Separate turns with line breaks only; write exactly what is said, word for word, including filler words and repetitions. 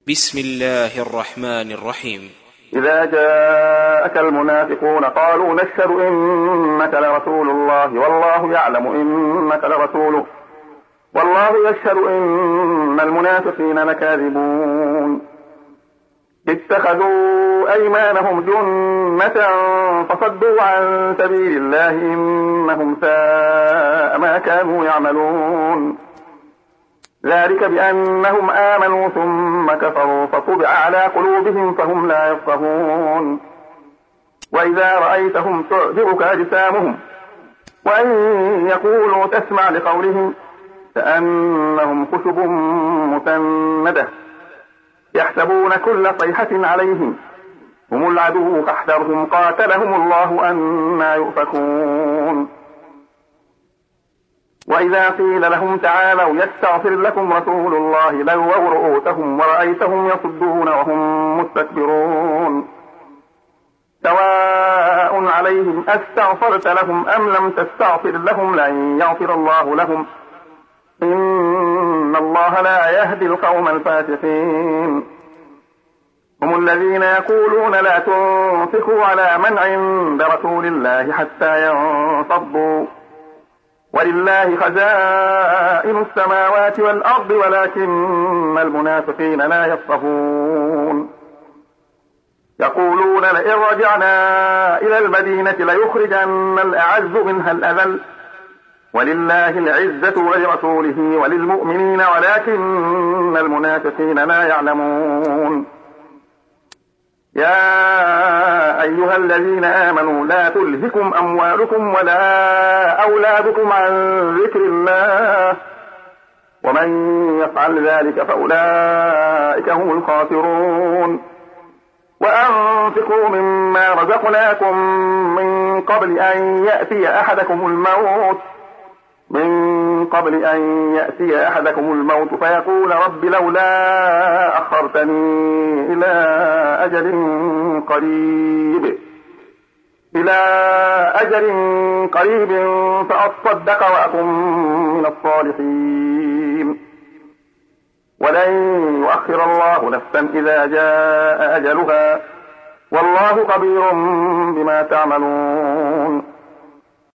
بسم الله الرحمن الرحيم.
إذا جاءك المنافقون قالوا نشهد إنك لرسول الله والله يعلم إنك لرسوله والله يشهد إن المنافقين لكاذبون. اتخذوا أيمانهم جنة فصدوا عن سبيل الله إنهم ساء ما كانوا يعملون. ذلك بأنهم آمنوا ثم كفروا فطبع على قلوبهم فهم لا يفقهون. وإذا رأيتهم تعجبك أجسامهم وإن يقولوا تسمع لقولهم كأنهم خشب مسندة يحسبون كل صيحة عليهم هم العدو فاحذرهم قاتلهم الله أنى يؤفكون. وإذا قيل لهم تعالوا يستغفر لكم رسول الله لووا رؤوسهم ورأيتهم يصدون وهم مستكبرون. سواء عليهم أستغفرت لهم أم لم تستغفر لهم لن يغفر الله لهم إن الله لا يهدي القوم الفاسقين. هم الذين يقولون لا تنفقوا على من عند رسول الله حتى ينفضوا ولله خزائن السماوات والأرض ولكن المنافقين لا يفقهون. يقولون لئن رجعنا إلى المدينة ليخرجن الأعز منها الأذل ولله العزة ولرسوله وللمؤمنين ولكن المنافقين لا يعلمون. يا أيها الذين آمنوا لا تلهكم أموالكم ولا أولادكم عن ذكر الله ومن يفعل ذلك فأولئك هم الخاسرون. وأنفقوا مما رزقناكم من قبل أن يأتي أحدكم الموت من قبل أن يأتي أحدكم الموت فيقول رب لولا أخرتني إلى أجل قريب إلى أجل قريب فأصدق وأكن من الصالحين. ولن يؤخر الله نفسا إذا جاء أجلها والله خبير بما تعملون.